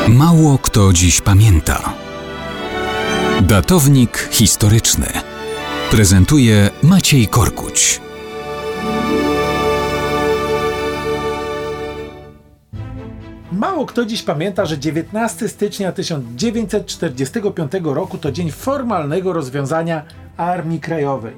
Mało kto dziś pamięta. Datownik historyczny prezentuje Maciej Korkuć. Mało kto dziś pamięta, że 19 stycznia 1945 roku to dzień formalnego rozwiązania Armii Krajowej.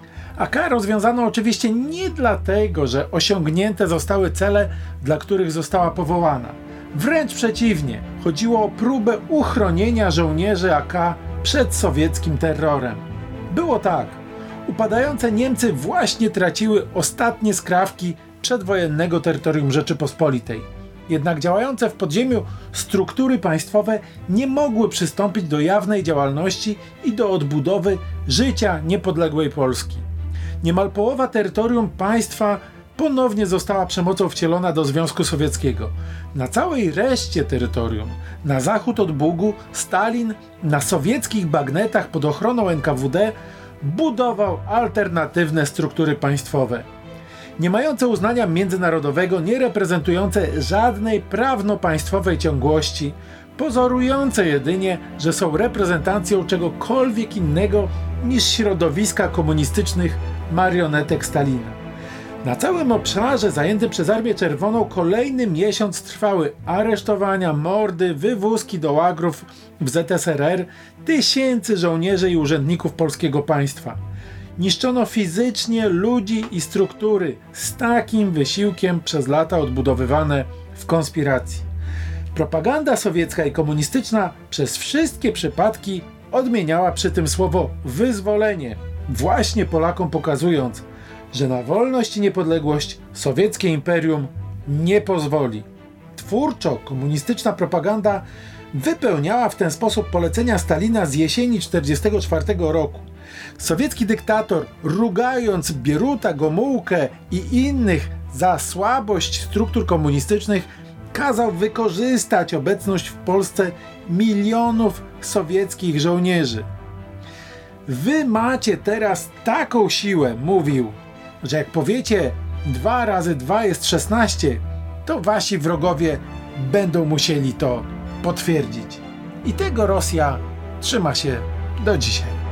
AK rozwiązano oczywiście nie dlatego, że osiągnięte zostały cele, dla których została powołana. Wręcz przeciwnie, chodziło o próbę uchronienia żołnierzy AK przed sowieckim terrorem. Było tak. Upadające Niemcy właśnie traciły ostatnie skrawki przedwojennego terytorium Rzeczypospolitej. Jednak działające w podziemiu struktury państwowe nie mogły przystąpić do jawnej działalności i do odbudowy życia niepodległej Polski. Niemal połowa terytorium państwa ponownie została przemocą wcielona do Związku Sowieckiego. Na całej reszcie terytorium, na zachód od Bugu, Stalin na sowieckich bagnetach pod ochroną NKWD budował alternatywne struktury państwowe. Nie mające uznania międzynarodowego, nie reprezentujące żadnej prawno-państwowej ciągłości, pozorujące jedynie, że są reprezentacją czegokolwiek innego niż środowiska komunistycznych marionetek Stalina. Na całym obszarze zajętym przez Armię Czerwoną kolejny miesiąc trwały aresztowania, mordy, wywózki do łagrów w ZSRR tysięcy żołnierzy i urzędników polskiego państwa. Niszczono fizycznie ludzi i struktury z takim wysiłkiem przez lata odbudowywane w konspiracji. Propaganda sowiecka i komunistyczna przez wszystkie przypadki odmieniała przy tym słowo wyzwolenie, właśnie Polakom pokazując, że na wolność i niepodległość sowieckie imperium nie pozwoli. Twórczo komunistyczna propaganda wypełniała w ten sposób polecenia Stalina z jesieni 1944 roku. Sowiecki dyktator, rugając Bieruta, Gomułkę i innych za słabość struktur komunistycznych, kazał wykorzystać obecność w Polsce milionów sowieckich żołnierzy. Wy macie teraz taką siłę, mówił, że jak powiecie 2 razy 2 jest 16, to wasi wrogowie będą musieli to potwierdzić. I tego Rosja trzyma się do dzisiaj.